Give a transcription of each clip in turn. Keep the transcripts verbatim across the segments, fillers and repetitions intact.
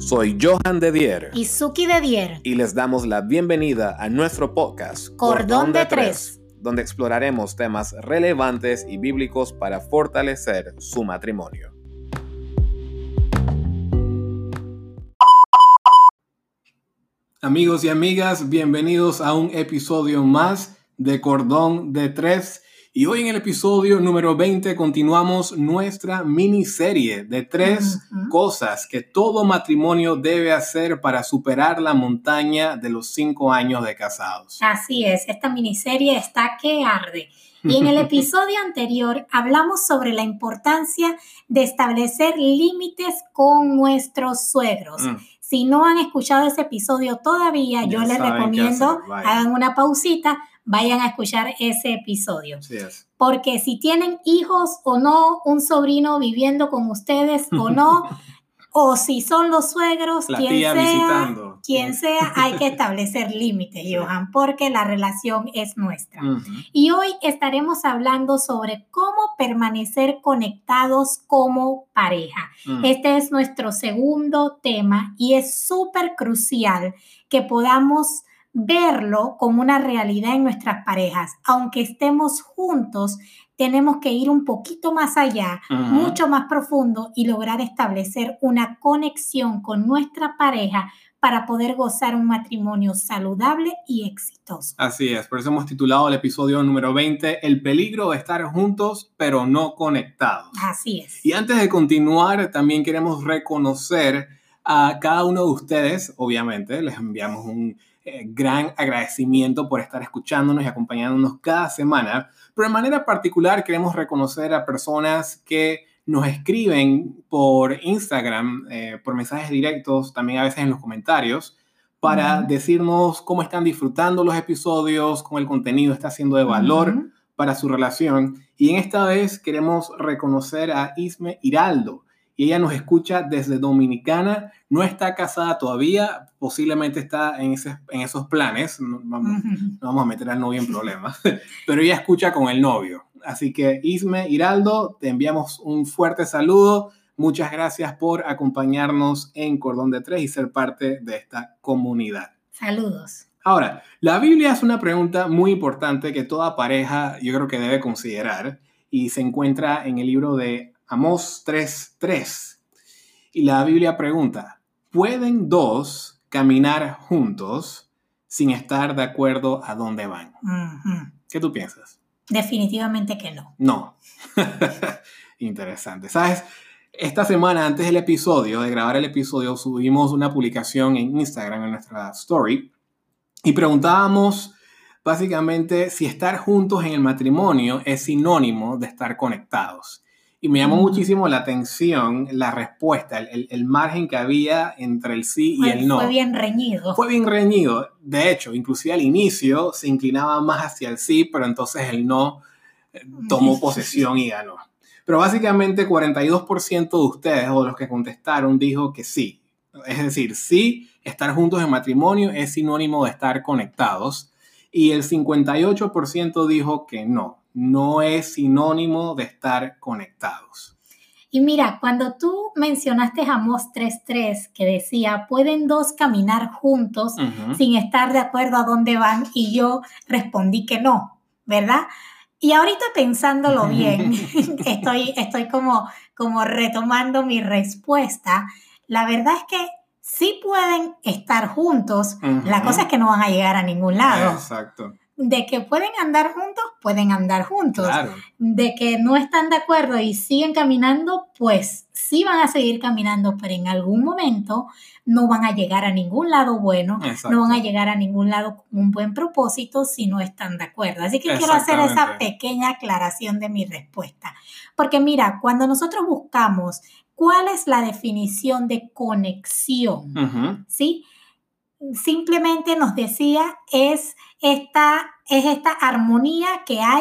Soy Johan de Dier y Suki de Dier y les damos la bienvenida a nuestro podcast Cordón de Tres, donde exploraremos temas relevantes y bíblicos para fortalecer su matrimonio. Amigos y amigas, bienvenidos a un episodio más de Cordón de Tres. Y hoy en el episodio número veinte continuamos nuestra miniserie de tres uh-huh. cosas que todo matrimonio debe hacer para superar la montaña de los cinco años de casados. Así es, esta miniserie está que arde. Y en el episodio anterior hablamos sobre la importancia de establecer límites con nuestros suegros. Mm. Si no han escuchado ese episodio todavía, ya yo les recomiendo, hagan una pausita, vayan a escuchar ese episodio. Sí es. Porque si tienen hijos o no, un sobrino viviendo con ustedes o no, o si son los suegros, la quien tía sea, visitando. quien sea, hay que establecer límites, sí. Johan, porque la relación es nuestra. Uh-huh. Y hoy estaremos hablando sobre cómo permanecer conectados como pareja. Uh-huh. Este es nuestro segundo tema y es súper crucial que podamos verlo como una realidad en nuestras parejas. Aunque estemos juntos, tenemos que ir un poquito más allá, uh-huh. mucho más profundo y lograr establecer una conexión con nuestra pareja para poder gozar un matrimonio saludable y exitoso. Así es, por eso hemos titulado el episodio número veinte, El peligro de estar juntos pero no conectados. Así es. Y antes de continuar, también queremos reconocer a cada uno de ustedes, obviamente, les enviamos un eh, gran agradecimiento por estar escuchándonos y acompañándonos cada semana, pero de manera particular queremos reconocer a personas que nos escriben por Instagram, eh, por mensajes directos, también a veces en los comentarios, para uh-huh. decirnos cómo están disfrutando los episodios, cómo el contenido está siendo de valor uh-huh. para su relación. Y en esta vez queremos reconocer a Isme Hiraldo. Y ella nos escucha desde Dominicana, no está casada todavía, posiblemente está en, ese, en esos planes, no vamos, uh-huh. no vamos a meter al novio en problemas, pero ella escucha con el novio. Así que Isme Hiraldo, te enviamos un fuerte saludo, muchas gracias por acompañarnos en Cordón de Tres y ser parte de esta comunidad. Saludos. Ahora, la Biblia es una pregunta muy importante que toda pareja yo creo que debe considerar y se encuentra en el libro de Amós tres tres. Y la Biblia pregunta, ¿pueden dos caminar juntos sin estar de acuerdo a dónde van? Uh-huh. ¿Qué tú piensas? Definitivamente que no. No. Interesante. ¿Sabes? Esta semana, antes del episodio, de grabar el episodio, subimos una publicación en Instagram, en nuestra story, y preguntábamos básicamente si estar juntos en el matrimonio es sinónimo de estar conectados. Y me llamó mm. muchísimo la atención la respuesta, el, el, el margen que había entre el sí y fue, el no. Fue bien reñido. Fue bien reñido. De hecho, inclusive al inicio se inclinaba más hacia el sí, pero entonces el no eh, tomó posesión y ganó. Pero básicamente cuarenta y dos por ciento de ustedes, o de los que contestaron, dijo que sí. Es decir, sí, estar juntos en matrimonio es sinónimo de estar conectados. Y el cincuenta y ocho por ciento dijo que no. No es sinónimo de estar conectados. Y mira, cuando tú mencionaste Amós tres tres, que decía, ¿pueden dos caminar juntos uh-huh. sin estar de acuerdo a dónde van? Y yo respondí que no, ¿verdad? Y ahorita pensándolo bien, estoy, estoy como, como retomando mi respuesta. La verdad es que sí pueden estar juntos, uh-huh. la cosa es que no van a llegar a ningún lado. Exacto. De que pueden andar juntos, pueden andar juntos. Claro. De que no están de acuerdo y siguen caminando, pues sí van a seguir caminando, pero en algún momento no van a llegar a ningún lado bueno, exacto. no van a llegar a ningún lado con un buen propósito si no están de acuerdo. Así que quiero hacer esa pequeña aclaración de mi respuesta. Porque mira, cuando nosotros buscamos cuál es la definición de conexión, uh-huh. ¿sí? Simplemente nos decía es esta, es esta armonía que hay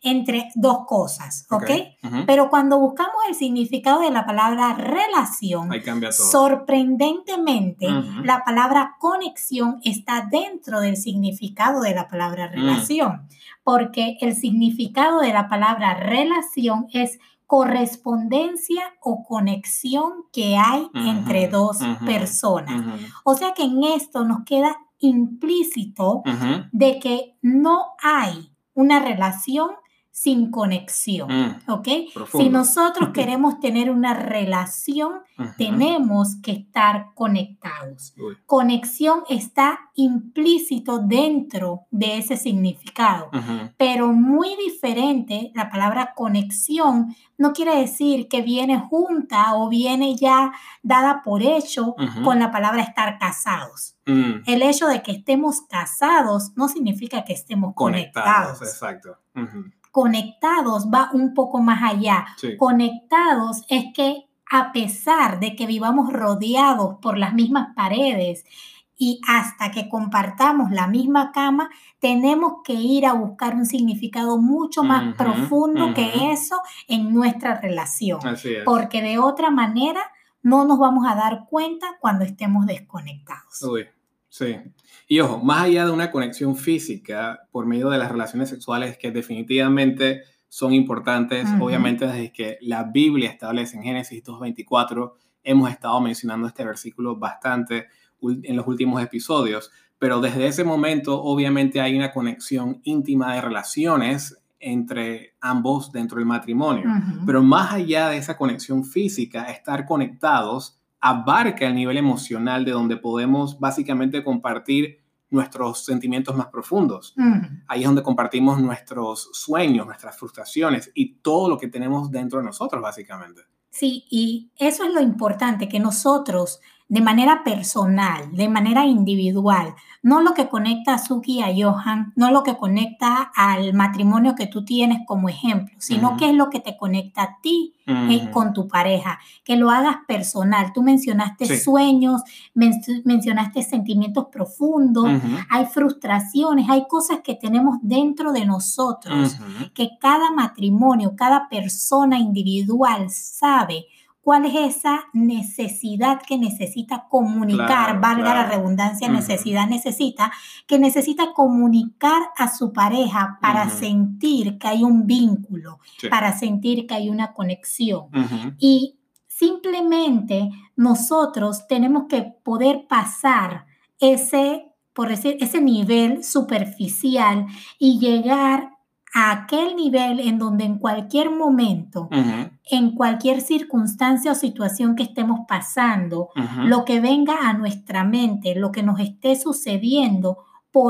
entre dos cosas, ¿ok? Okay. Uh-huh. Pero cuando buscamos el significado de la palabra relación, ahí cambia todo. Sorprendentemente, uh-huh. la palabra conexión está dentro del significado de la palabra relación, uh-huh. porque el significado de la palabra relación es correspondencia o conexión que hay uh-huh. entre dos uh-huh. personas. Uh-huh. O sea que en esto nos queda implícito uh-huh. de que no hay una relación sin conexión, mm, ¿ok? Profundo. Si nosotros queremos tener una relación, uh-huh. tenemos que estar conectados. Uy. Conexión está implícito dentro de ese significado, uh-huh. pero muy diferente. La palabra conexión no quiere decir que viene junta o viene ya dada por hecho uh-huh. con la palabra estar casados. Mm. El hecho de que estemos casados no significa que estemos conectados. Conectados, exacto. Uh-huh. Conectados va un poco más allá. Sí. Conectados es que a pesar de que vivamos rodeados por las mismas paredes y hasta que compartamos la misma cama, tenemos que ir a buscar un significado mucho más uh-huh, profundo uh-huh. que eso en nuestra relación. Así es. Porque de otra manera no nos vamos a dar cuenta cuando estemos desconectados. Uy, sí. Y ojo, más allá de una conexión física por medio de las relaciones sexuales que definitivamente son importantes, uh-huh. obviamente desde que la Biblia establece en Génesis dos veinticuatro, hemos estado mencionando este versículo bastante en los últimos episodios, pero desde ese momento obviamente hay una conexión íntima de relaciones entre ambos dentro del matrimonio. Uh-huh. Pero más allá de esa conexión física, estar conectados abarca el nivel emocional de donde podemos básicamente compartir nuestros sentimientos más profundos. Uh-huh. Ahí es donde compartimos nuestros sueños, nuestras frustraciones y todo lo que tenemos dentro de nosotros, básicamente. Sí, y eso es lo importante, que nosotros, de manera personal, de manera individual, no lo que conecta a Suki y a Johan, no lo que conecta al matrimonio que tú tienes como ejemplo, sino uh-huh. qué es lo que te conecta a ti uh-huh. eh, con tu pareja, que lo hagas personal. Tú mencionaste sí. sueños, men- mencionaste sentimientos profundos, uh-huh. hay frustraciones, hay cosas que tenemos dentro de nosotros, uh-huh. que cada matrimonio, cada persona individual sabe cuál es esa necesidad que necesita comunicar, claro, valga claro. la redundancia, uh-huh. necesidad necesita, que necesita comunicar a su pareja para uh-huh. sentir que hay un vínculo, sí. para sentir que hay una conexión. Uh-huh. Y simplemente nosotros tenemos que poder pasar ese, por decir, ese nivel superficial y llegar a aquel nivel en donde en cualquier momento, uh-huh. en cualquier circunstancia o situación que estemos pasando, uh-huh. lo que venga a nuestra mente, lo que nos esté sucediendo,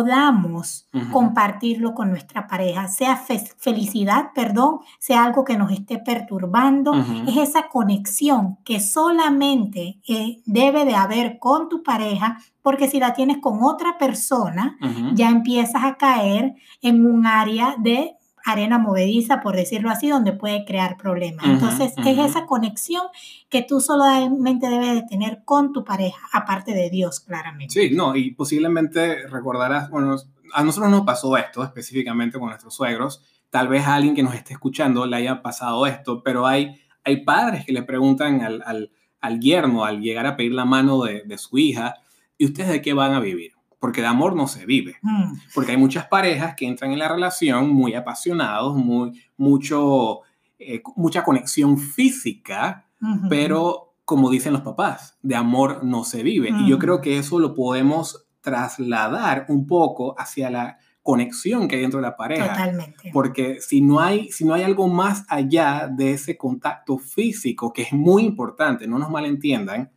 podamos uh-huh. compartirlo con nuestra pareja, sea fe- felicidad, perdón, sea algo que nos esté perturbando, uh-huh. es esa conexión que solamente eh, debe de haber con tu pareja, porque si la tienes con otra persona, uh-huh. ya empiezas a caer en un área de arena movediza, por decirlo así, donde puede crear problemas. Uh-huh, Entonces, uh-huh. es esa conexión que tú solamente debes de tener con tu pareja, aparte de Dios, claramente. Sí, no, y posiblemente recordarás, bueno, a nosotros nos pasó esto específicamente con nuestros suegros, tal vez a alguien que nos esté escuchando le haya pasado esto, pero hay, hay padres que le preguntan al, al, al yerno al llegar a pedir la mano de, de su hija, ¿y ustedes de qué van a vivir? Porque de amor no se vive. Mm. Porque hay muchas parejas que entran en la relación muy apasionados, muy, mucho, eh, mucha conexión física, uh-huh. pero como dicen los papás, de amor no se vive. Uh-huh. Y yo creo que eso lo podemos trasladar un poco hacia la conexión que hay dentro de la pareja. Totalmente. Porque si no hay, si no hay algo más allá de ese contacto físico, que es muy importante, no nos malentiendan,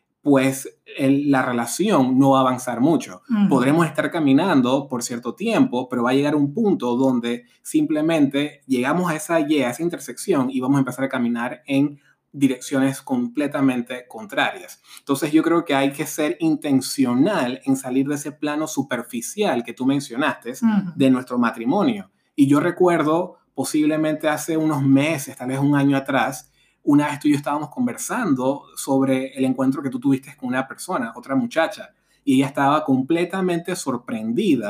pues el, la relación no va a avanzar mucho. Uh-huh. Podremos estar caminando por cierto tiempo, pero va a llegar un punto donde simplemente llegamos a esa Y, a esa intersección y vamos a empezar a caminar en direcciones completamente contrarias. Entonces yo creo que hay que ser intencional en salir de ese plano superficial que tú mencionaste uh-huh. de nuestro matrimonio. Y yo recuerdo posiblemente hace unos meses, tal vez un año atrás, una vez tú y yo estábamos conversando sobre el encuentro que tú tuviste con una persona, otra muchacha, y ella estaba completamente sorprendida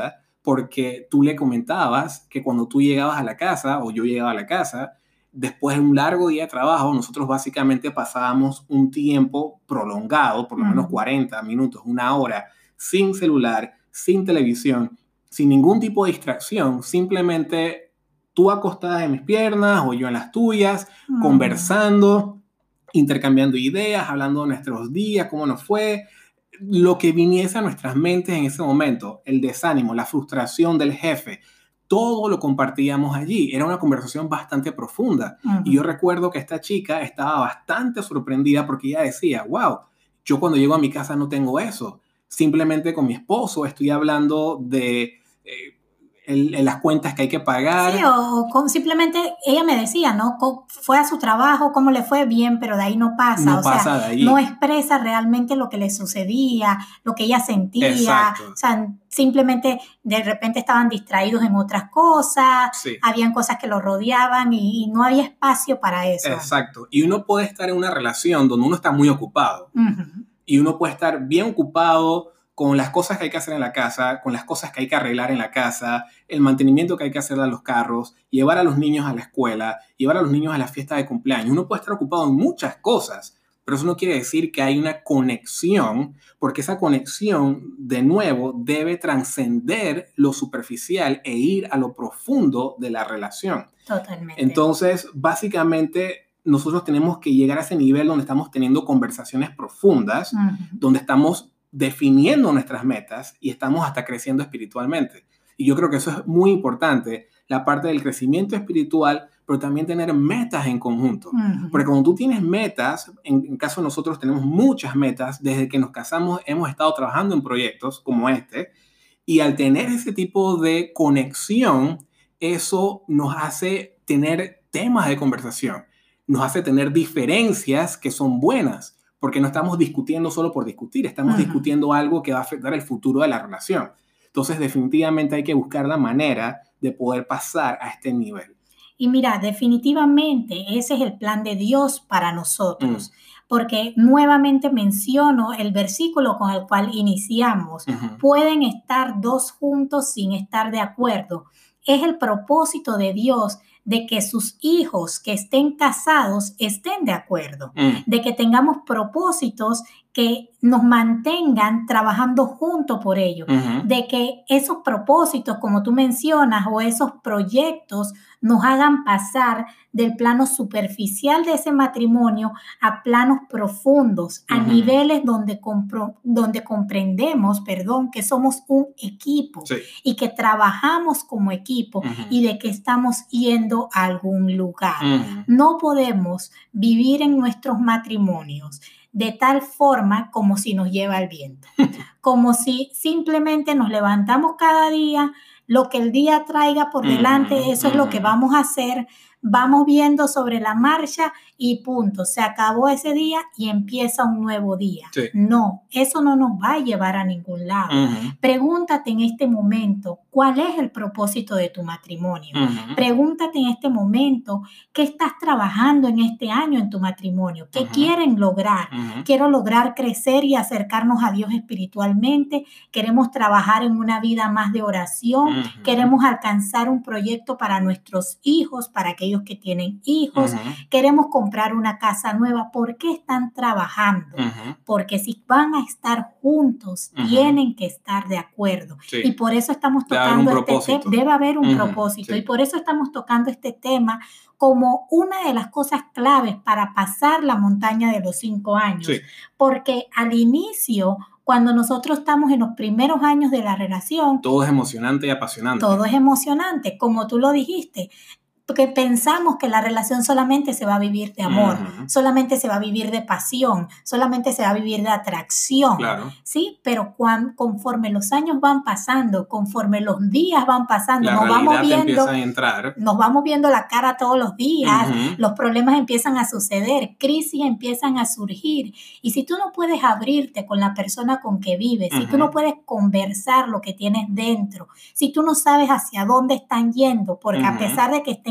porque tú le comentabas que cuando tú llegabas a la casa o yo llegaba a la casa, después de un largo día de trabajo, nosotros básicamente pasábamos un tiempo prolongado, por lo menos cuarenta minutos, una hora, sin celular, sin televisión, sin ningún tipo de distracción, simplemente tú acostada en mis piernas o yo en las tuyas, mm. conversando, intercambiando ideas, hablando de nuestros días, cómo nos fue, lo que viniese a nuestras mentes en ese momento, el desánimo, la frustración del jefe, todo lo compartíamos allí. Era una conversación bastante profunda. Uh-huh. Y yo recuerdo que esta chica estaba bastante sorprendida porque ella decía, wow, yo cuando llego a mi casa no tengo eso. Simplemente con mi esposo estoy hablando de eh, el, el, las cuentas que hay que pagar. Sí, o con, simplemente ella me decía, ¿no? Fue a su trabajo, cómo le fue bien, pero de ahí no pasa. No o pasa sea, de ahí. No expresa realmente lo que le sucedía, lo que ella sentía. Exacto. O sea, simplemente de repente estaban distraídos en otras cosas, sí. habían cosas que lo rodeaban y, y no había espacio para eso. Exacto. Y uno puede estar en una relación donde uno está muy ocupado. Uh-huh. Y uno puede estar bien ocupado con las cosas que hay que hacer en la casa, con las cosas que hay que arreglar en la casa, el mantenimiento que hay que hacer a los carros, llevar a los niños a la escuela, llevar a los niños a la fiesta de cumpleaños. Uno puede estar ocupado en muchas cosas, pero eso no quiere decir que hay una conexión, porque esa conexión, de nuevo, debe trascender lo superficial e ir a lo profundo de la relación. Totalmente. Entonces, básicamente, nosotros tenemos que llegar a ese nivel donde estamos teniendo conversaciones profundas, uh-huh. donde estamos definiendo nuestras metas y estamos hasta creciendo espiritualmente. Y yo creo que eso es muy importante, la parte del crecimiento espiritual, pero también tener metas en conjunto. Uh-huh. Porque cuando tú tienes metas, en, en caso de nosotros tenemos muchas metas, desde que nos casamos hemos estado trabajando en proyectos como este, y al tener ese tipo de conexión, eso nos hace tener temas de conversación, nos hace tener diferencias que son buenas, porque no estamos discutiendo solo por discutir, estamos uh-huh. discutiendo algo que va a afectar el futuro de la relación. Entonces, definitivamente hay que buscar la manera de poder pasar a este nivel. Y mira, definitivamente ese es el plan de Dios para nosotros, mm. porque nuevamente menciono el versículo con el cual iniciamos. Uh-huh. Pueden estar dos juntos sin estar de acuerdo. Es el propósito de Dios de que sus hijos que estén casados estén de acuerdo, mm. de que tengamos propósitos que nos mantengan trabajando juntos por ello, uh-huh. de que esos propósitos, como tú mencionas, o esos proyectos nos hagan pasar del plano superficial de ese matrimonio a planos profundos, uh-huh. a niveles donde, compro, donde comprendemos, perdón, que somos un equipo sí. y que trabajamos como equipo uh-huh. y de que estamos yendo a algún lugar. Uh-huh. No podemos vivir en nuestros matrimonios de tal forma como si nos lleva el viento, como si simplemente nos levantamos cada día, lo que el día traiga por delante, uh-huh, eso uh-huh. es lo que vamos a hacer, vamos viendo sobre la marcha y punto, se acabó ese día y empieza un nuevo día. Sí. No, eso no nos va a llevar a ningún lado. Uh-huh. Pregúntate en este momento, ¿cuál es el propósito de tu matrimonio? Uh-huh. Pregúntate en este momento, ¿qué estás trabajando en este año en tu matrimonio? ¿Qué uh-huh. quieren lograr? Uh-huh. Quiero lograr crecer y acercarnos a Dios espiritualmente. Queremos trabajar en una vida más de oración. Uh-huh. Queremos alcanzar un proyecto para nuestros hijos, para aquellos que tienen hijos. Uh-huh. Queremos comprar una casa nueva. ¿Por qué están trabajando? Uh-huh. Porque si van a estar juntos, uh-huh. tienen que estar de acuerdo. Sí. Y por eso estamos tocando este tema. Debe haber un uh-huh. propósito. Sí. Y por eso estamos tocando este tema como una de las cosas claves para pasar la montaña de los cinco años. Sí. Porque al inicio, cuando nosotros estamos en los primeros años de la relación, todo es emocionante y apasionante. Todo es emocionante, como tú lo dijiste. Porque pensamos que la relación solamente se va a vivir de amor, uh-huh. solamente se va a vivir de pasión, solamente se va a vivir de atracción, claro. ¿sí? Pero cuando, conforme los años van pasando, conforme los días van pasando, la nos vamos viendo, empieza a entrar. nos vamos viendo la cara todos los días, uh-huh. los problemas empiezan a suceder, crisis empiezan a surgir, y si tú no puedes abrirte con la persona con que vives, uh-huh. si tú no puedes conversar lo que tienes dentro, si tú no sabes hacia dónde están yendo, porque uh-huh. a pesar de que estén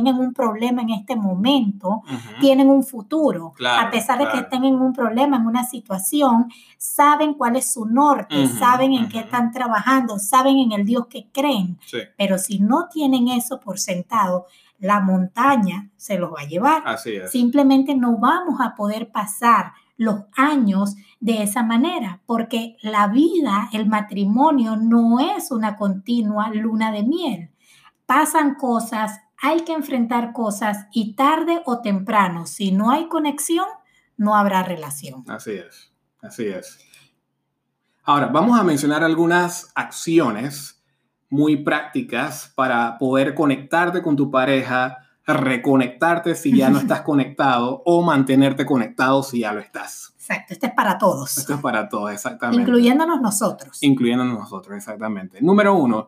tengan un problema en este momento, uh-huh. tienen un futuro. Claro, a pesar de claro. que estén en un problema, en una situación, saben cuál es su norte, uh-huh, saben en uh-huh. qué están trabajando, saben en el Dios que creen. Sí. Pero si no tienen eso por sentado, la montaña se los va a llevar. Así es. Simplemente no vamos a poder pasar los años de esa manera, porque la vida, el matrimonio no es una continua luna de miel. Pasan cosas, hay que enfrentar cosas y tarde o temprano, si no hay conexión, no habrá relación. Así es, así es. Ahora, vamos a mencionar algunas acciones muy prácticas para poder conectarte con tu pareja, reconectarte si ya no estás conectado o mantenerte conectado si ya lo estás. Exacto, esto es para todos. Esto es para todos, exactamente. Incluyéndonos nosotros. Incluyéndonos nosotros, exactamente. Número uno,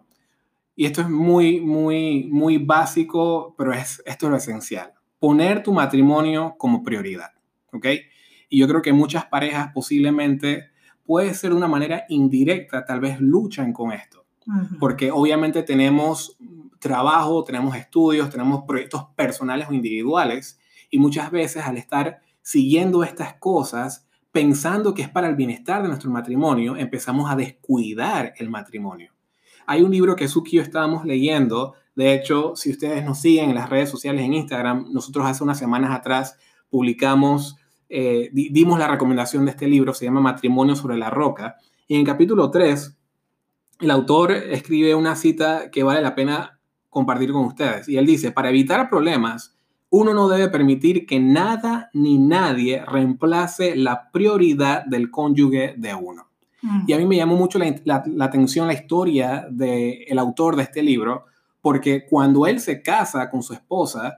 y esto es muy, muy, muy básico, pero es, esto es lo esencial. Poner tu matrimonio como prioridad, ¿ok? Y yo creo que muchas parejas posiblemente, puede ser de una manera indirecta, tal vez luchan con esto. Uh-huh. Porque obviamente tenemos trabajo, tenemos estudios, tenemos proyectos personales o individuales, y muchas veces al estar siguiendo estas cosas, pensando que es para el bienestar de nuestro matrimonio, empezamos a descuidar el matrimonio. Hay un libro que Suki y yo estábamos leyendo. De hecho, si ustedes nos siguen en las redes sociales, en Instagram, nosotros hace unas semanas atrás publicamos, eh, di- dimos la recomendación de este libro, se llama Matrimonio sobre la Roca. Y en el capítulo tres, el autor escribe una cita que vale la pena compartir con ustedes. Y él dice, para evitar problemas, uno no debe permitir que nada ni nadie reemplace la prioridad del cónyuge de uno. Y a mí me llamó mucho la, la, la atención la historia del autor de este libro, porque cuando él se casa con su esposa,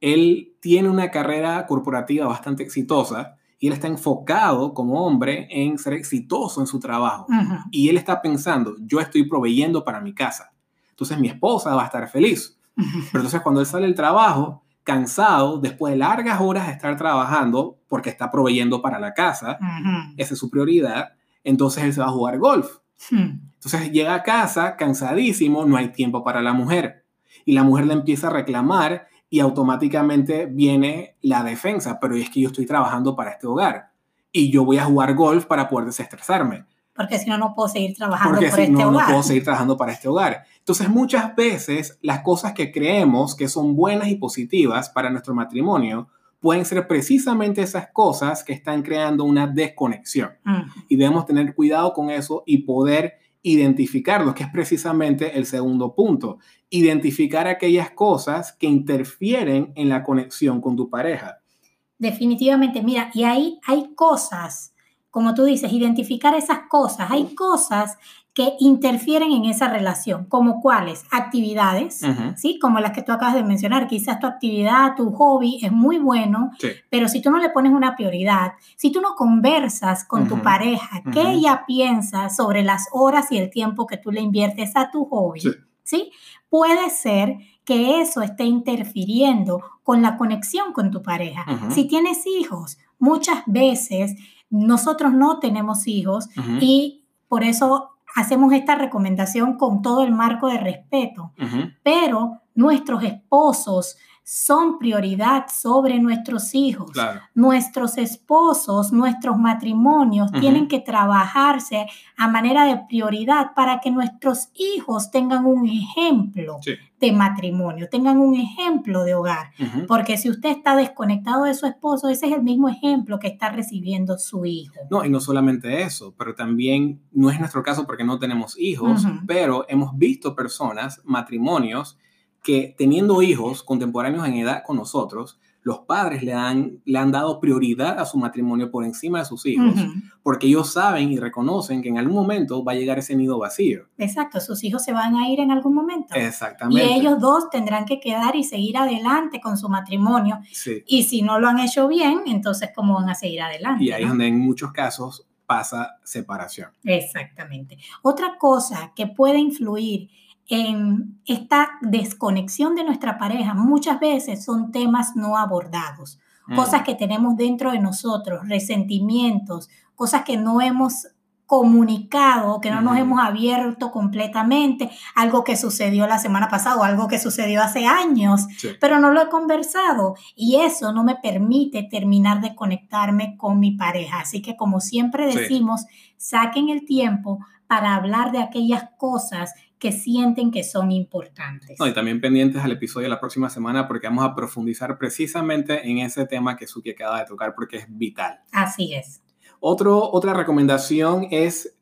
él tiene una carrera corporativa bastante exitosa y él está enfocado como hombre en ser exitoso en su trabajo. Uh-huh. Y él está pensando, yo estoy proveyendo para mi casa, entonces mi esposa va a estar feliz. Uh-huh. Pero entonces cuando él sale del trabajo, cansado, después de largas horas de estar trabajando, porque está proveyendo para la casa, uh-huh. esa es su prioridad, entonces él se va a jugar golf. Hmm. Entonces llega a casa cansadísimo, no hay tiempo para la mujer. Y la mujer le empieza a reclamar y automáticamente viene la defensa. Pero es que yo estoy trabajando para este hogar y yo voy a jugar golf para poder desestresarme. Porque si no, no puedo seguir trabajando Porque por si este no, hogar. no puedo seguir trabajando para este hogar. Entonces muchas veces las cosas que creemos que son buenas y positivas para nuestro matrimonio pueden ser precisamente esas cosas que están creando una desconexión. Uh-huh. Y debemos tener cuidado con eso y poder identificarlos, que es precisamente el segundo punto. Identificar aquellas cosas que interfieren en la conexión con tu pareja. Definitivamente, mira, y ahí hay cosas, como tú dices, identificar esas cosas. Hay cosas que interfieren en esa relación, como cuáles, actividades, uh-huh. ¿sí? Como las que tú acabas de mencionar. Quizás tu actividad, tu hobby es muy bueno, sí. Pero si tú no le pones una prioridad, si tú no conversas con uh-huh. tu pareja, uh-huh. ¿qué ella piensa sobre las horas y el tiempo que tú le inviertes a tu hobby? Sí. ¿Sí? Puede ser que eso esté interfiriendo con la conexión con tu pareja. Uh-huh. Si tienes hijos, muchas veces nosotros no tenemos hijos uh-huh. y por eso hacemos esta recomendación con todo el marco de respeto, uh-huh. pero nuestros esposos son prioridad sobre nuestros hijos. Claro. Nuestros esposos, nuestros matrimonios uh-huh. tienen que trabajarse a manera de prioridad para que nuestros hijos tengan un ejemplo sí. de matrimonio, tengan un ejemplo de hogar. Uh-huh. Porque si usted está desconectado de su esposo, ese es el mismo ejemplo que está recibiendo su hijo. No, y no solamente eso, pero también no es nuestro caso porque no tenemos hijos, uh-huh. pero hemos visto personas, matrimonios, que teniendo hijos contemporáneos en edad con nosotros, los padres le han, le han dado prioridad a su matrimonio por encima de sus hijos, uh-huh. porque ellos saben y reconocen que en algún momento va a llegar ese nido vacío. Exacto, sus hijos se van a ir en algún momento. Exactamente. Y ellos dos tendrán que quedar y seguir adelante con su matrimonio. Sí. Y si no lo han hecho bien, entonces ¿cómo van a seguir adelante? Y ahí es ¿no? donde en muchos casos pasa separación. Exactamente. Otra cosa que puede influir en esta desconexión de nuestra pareja muchas veces son temas no abordados, mm. cosas que tenemos dentro de nosotros, resentimientos, cosas que no hemos comunicado, que no nos Ujú. hemos abierto completamente, algo que sucedió la semana pasada o algo que sucedió hace años, Sí. pero no lo he conversado y eso no me permite terminar de conectarme con mi pareja. Así que como siempre decimos, sí. Saquen el tiempo para hablar de aquellas cosas que sienten que son importantes. No, y también pendientes al episodio de la próxima semana porque vamos a profundizar precisamente en ese tema que Suki acaba de tocar porque es vital. Así es. Otro, otra recomendación es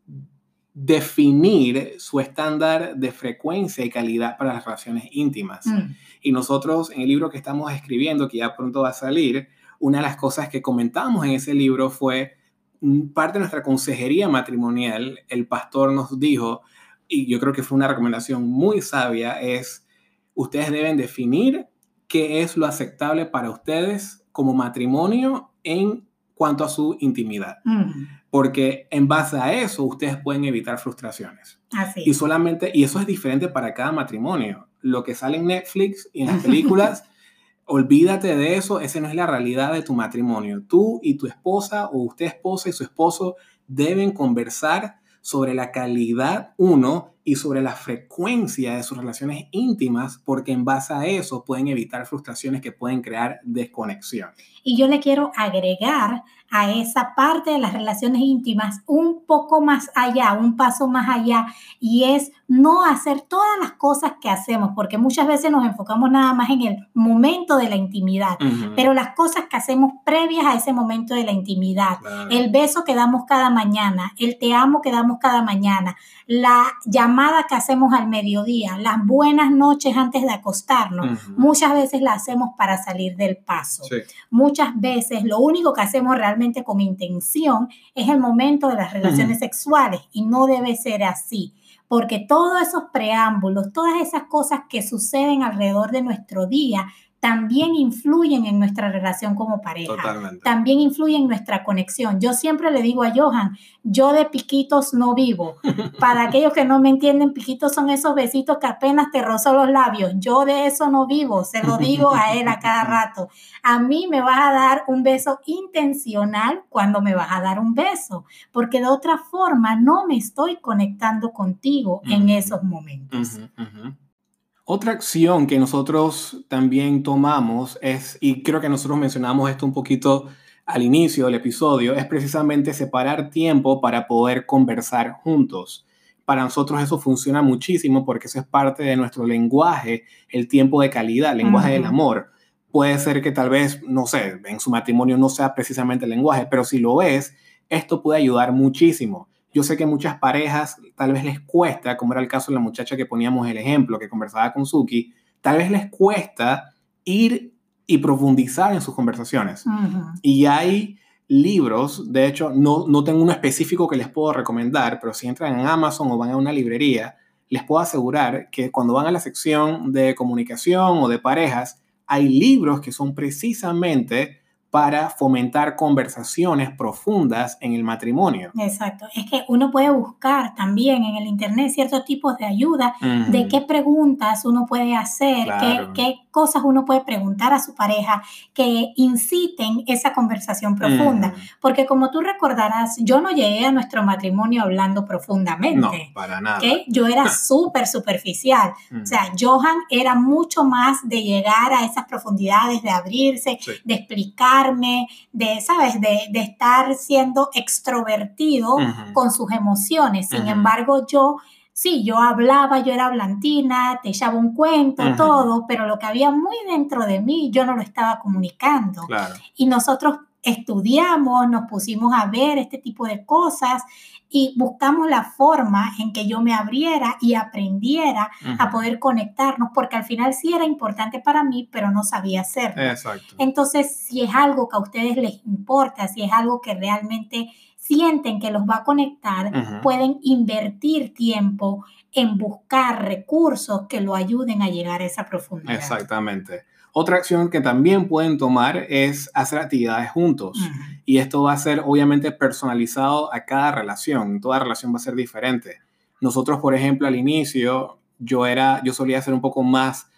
definir su estándar de frecuencia y calidad para las relaciones íntimas. Mm. Y nosotros en el libro que estamos escribiendo, que ya pronto va a salir, una de las cosas que comentamos en ese libro fue parte de nuestra consejería matrimonial. El pastor nos dijo, y yo creo que fue una recomendación muy sabia, es ustedes deben definir qué es lo aceptable para ustedes como matrimonio en cuanto a su intimidad. Mm. Porque en base a eso ustedes pueden evitar frustraciones. Así y solamente, y eso es diferente para cada matrimonio. Lo que sale en Netflix y en las películas, olvídate de eso, esa no es la realidad de tu matrimonio. Tú y tu esposa o usted esposa y su esposo deben conversar sobre la calidad, uno, y sobre la frecuencia de sus relaciones íntimas, porque en base a eso pueden evitar frustraciones que pueden crear desconexión. Y yo le quiero agregar a esa parte de las relaciones íntimas un poco más allá, un paso más allá, y es no hacer todas las cosas que hacemos, porque muchas veces nos enfocamos nada más en el momento de la intimidad, uh-huh. pero las cosas que hacemos previas a ese momento de la intimidad, claro. El beso que damos cada mañana, el te amo que damos cada mañana, la llamada que hacemos al mediodía, las buenas noches antes de acostarnos, uh-huh. muchas veces la hacemos para salir del paso. Sí. Muchas veces lo único que hacemos realmente con intención es el momento de las relaciones uh-huh. sexuales y no debe ser así, porque todos esos preámbulos, todas esas cosas que suceden alrededor de nuestro día también influyen en nuestra relación como pareja. Totalmente. También influyen en nuestra conexión. Yo siempre le digo a Johan, yo de piquitos no vivo. Para aquellos que no me entienden, piquitos son esos besitos que apenas te rozan los labios. Yo de eso no vivo, se lo digo a él a cada rato. A mí me vas a dar un beso intencional cuando me vas a dar un beso, porque de otra forma no me estoy conectando contigo uh-huh. en esos momentos. Uh-huh, uh-huh. Otra acción que nosotros también tomamos es, y creo que nosotros mencionamos esto un poquito al inicio del episodio, es precisamente separar tiempo para poder conversar juntos. Para nosotros eso funciona muchísimo porque eso es parte de nuestro lenguaje, el tiempo de calidad, el lenguaje uh-huh. del amor. Puede ser que tal vez, no sé, en su matrimonio no sea precisamente el lenguaje, pero si lo es, esto puede ayudar muchísimo. Yo sé que muchas parejas tal vez les cuesta, como era el caso de la muchacha que poníamos el ejemplo, que conversaba con Suki, tal vez les cuesta ir y profundizar en sus conversaciones. Uh-huh. Y hay libros, de hecho, no, no tengo uno específico que les puedo recomendar, pero si entran en Amazon o van a una librería, les puedo asegurar que cuando van a la sección de comunicación o de parejas, hay libros que son precisamente para fomentar conversaciones profundas en el matrimonio. Exacto. Es que uno puede buscar también en el internet ciertos tipos de ayuda uh-huh. de qué preguntas uno puede hacer, claro. qué, qué cosas uno puede preguntar a su pareja que inciten esa conversación profunda. Uh-huh. Porque como tú recordarás, yo no llegué a nuestro matrimonio hablando profundamente. No, para nada. ¿Okay? Yo era súper superficial. Uh-huh. O sea, Johan era mucho más de llegar a esas profundidades, de abrirse, sí. de explicar, de, ¿sabes? De, de estar siendo extrovertido uh-huh. con sus emociones. Sin uh-huh. embargo, yo, sí, yo hablaba, yo era hablantina, te echaba un cuento, uh-huh. todo, pero lo que había muy dentro de mí, yo no lo estaba comunicando. Claro. Y nosotros estudiamos, nos pusimos a ver este tipo de cosas y buscamos la forma en que yo me abriera y aprendiera uh-huh. a poder conectarnos, porque al final sí era importante para mí, pero no sabía hacerlo. Exacto. Entonces, si es algo que a ustedes les importa, si es algo que realmente sienten que los va a conectar, uh-huh. pueden invertir tiempo en buscar recursos que lo ayuden a llegar a esa profundidad. Exactamente. Otra acción que también pueden tomar es hacer actividades juntos. Uh-huh. Y esto va a ser obviamente personalizado a cada relación. Toda relación va a ser diferente. Nosotros, por ejemplo, al inicio, yo, era, yo solía ser un poco más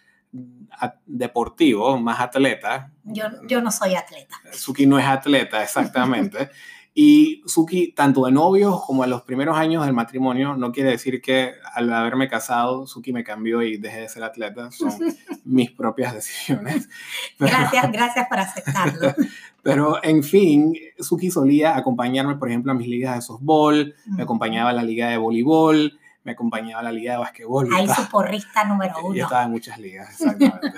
deportivo, más atleta. Yo, yo no soy atleta. Suki no es atleta, exactamente. Y Suki, tanto de novios como en los primeros años del matrimonio, no quiere decir que al haberme casado, Suki me cambió y dejé de ser atleta. Son mis propias decisiones. Pero, gracias, gracias por aceptarlo. Pero, en fin, Suki solía acompañarme, por ejemplo, a mis ligas de softball, mm. me acompañaba a la liga de voleibol, me acompañaba a la liga de basquetbol. Ahí su porrista número uno. Yo estaba en muchas ligas, exactamente.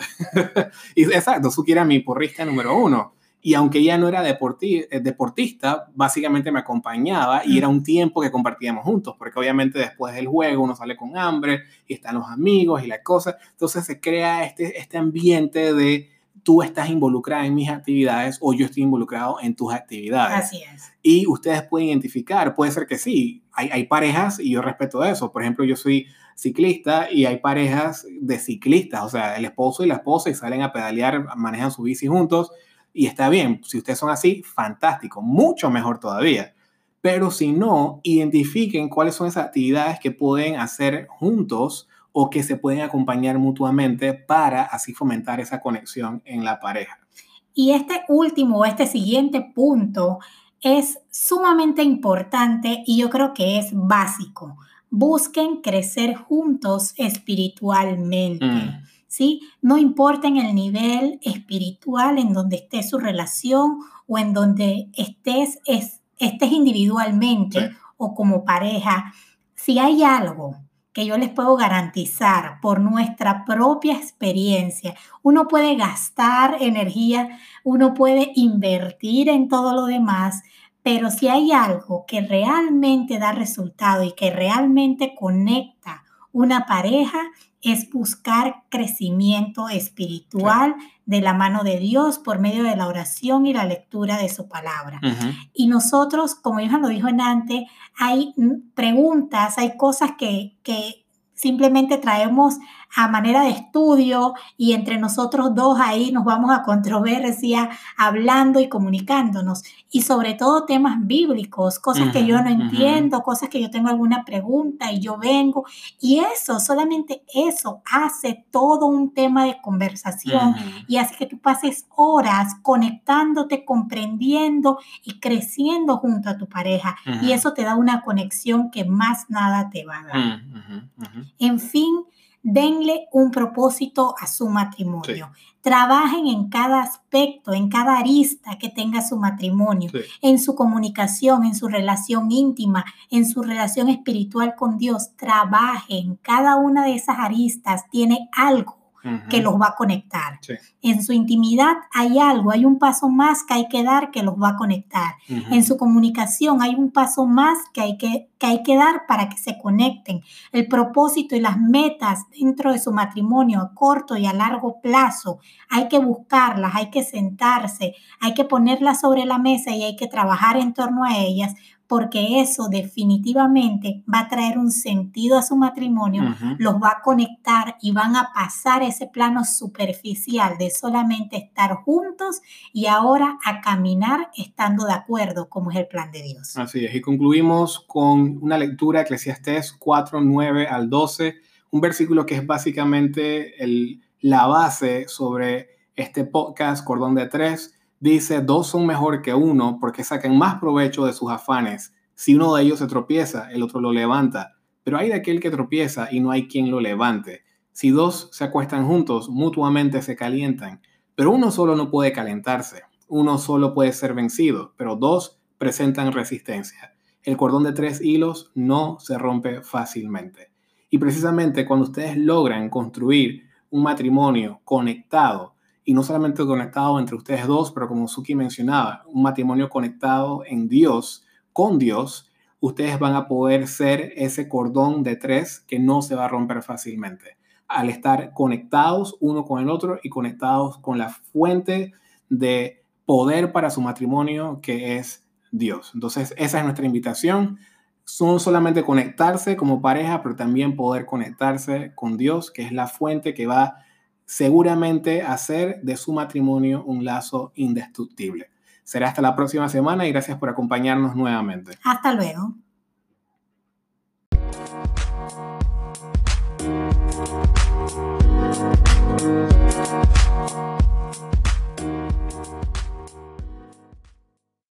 Y, exacto, Suki era mi porrista número uno. Y aunque ella no era deporti deportista, básicamente me acompañaba y era un tiempo que compartíamos juntos, porque obviamente después del juego uno sale con hambre y están los amigos y las cosas. Entonces se crea este, este ambiente de tú estás involucrada en mis actividades o yo estoy involucrado en tus actividades. Así es. Y ustedes pueden identificar, puede ser que sí, hay, hay parejas y yo respeto eso. Por ejemplo, yo soy ciclista y hay parejas de ciclistas, o sea, el esposo y la esposa y salen a pedalear, manejan su bici juntos. Y está bien, si ustedes son así, fantástico, mucho mejor todavía. Pero si no, identifiquen cuáles son esas actividades que pueden hacer juntos o que se pueden acompañar mutuamente para así fomentar esa conexión en la pareja. Y este último, este siguiente punto es sumamente importante y yo creo que es básico. Busquen crecer juntos espiritualmente. Mm. ¿Sí? No importa en el nivel espiritual en donde esté su relación o en donde estés, es, estés individualmente sí. o como pareja, si hay algo que yo les puedo garantizar por nuestra propia experiencia, uno puede gastar energía, uno puede invertir en todo lo demás, pero si hay algo que realmente da resultado y que realmente conecta una pareja, es buscar crecimiento espiritual sí. de la mano de Dios por medio de la oración y la lectura de su palabra. Uh-huh. Y nosotros, como Johan lo dijo en antes, hay preguntas, hay cosas que, que simplemente traemos a manera de estudio y entre nosotros dos ahí nos vamos a controversia hablando y comunicándonos. Y sobre todo temas bíblicos, cosas uh-huh, que yo no entiendo, uh-huh. cosas que yo tengo alguna pregunta y yo vengo. Y eso, solamente eso hace todo un tema de conversación uh-huh. y hace que tú pases horas conectándote, comprendiendo y creciendo junto a tu pareja. Uh-huh. Y eso te da una conexión que más nada te va a dar. Uh-huh, uh-huh. En fin, denle un propósito a su matrimonio. Sí. Trabajen en cada aspecto, en cada arista que tenga su matrimonio, sí. en su comunicación, en su relación íntima, en su relación espiritual con Dios. Trabajen. Cada una de esas aristas tiene algo uh-huh. que los va a conectar. Sí. En su intimidad hay algo, hay un paso más que hay que dar que los va a conectar. Uh-huh. En su comunicación hay un paso más que hay que, que hay que dar para que se conecten. El propósito y las metas dentro de su matrimonio a corto y a largo plazo, hay que buscarlas, hay que sentarse, hay que ponerlas sobre la mesa y hay que trabajar en torno a ellas, porque eso definitivamente va a traer un sentido a su matrimonio, uh-huh. los va a conectar y van a pasar ese plano superficial de solamente estar juntos y ahora a caminar estando de acuerdo, como es el plan de Dios. Así es, y concluimos con una lectura de Eclesiastés cuatro, nueve al doce, un versículo que es básicamente el, la base sobre este podcast Cordón de Tres. Dice, dos son mejor que uno porque sacan más provecho de sus afanes. Si uno de ellos se tropieza, el otro lo levanta. Pero hay de aquel que tropieza y no hay quien lo levante. Si dos se acuestan juntos, mutuamente se calientan. Pero uno solo no puede calentarse. Uno solo puede ser vencido, pero dos presentan resistencia. El cordón de tres hilos no se rompe fácilmente. Y precisamente cuando ustedes logran construir un matrimonio conectado, y no solamente conectado entre ustedes dos, pero como Suki mencionaba, un matrimonio conectado en Dios, con Dios, ustedes van a poder ser ese cordón de tres que no se va a romper fácilmente. Al estar conectados uno con el otro y conectados con la fuente de poder para su matrimonio que es Dios. Entonces, esa es nuestra invitación. No solamente conectarse como pareja, pero también poder conectarse con Dios, que es la fuente que va a seguramente hacer de su matrimonio un lazo indestructible. Será hasta la próxima semana y gracias por acompañarnos nuevamente. Hasta luego.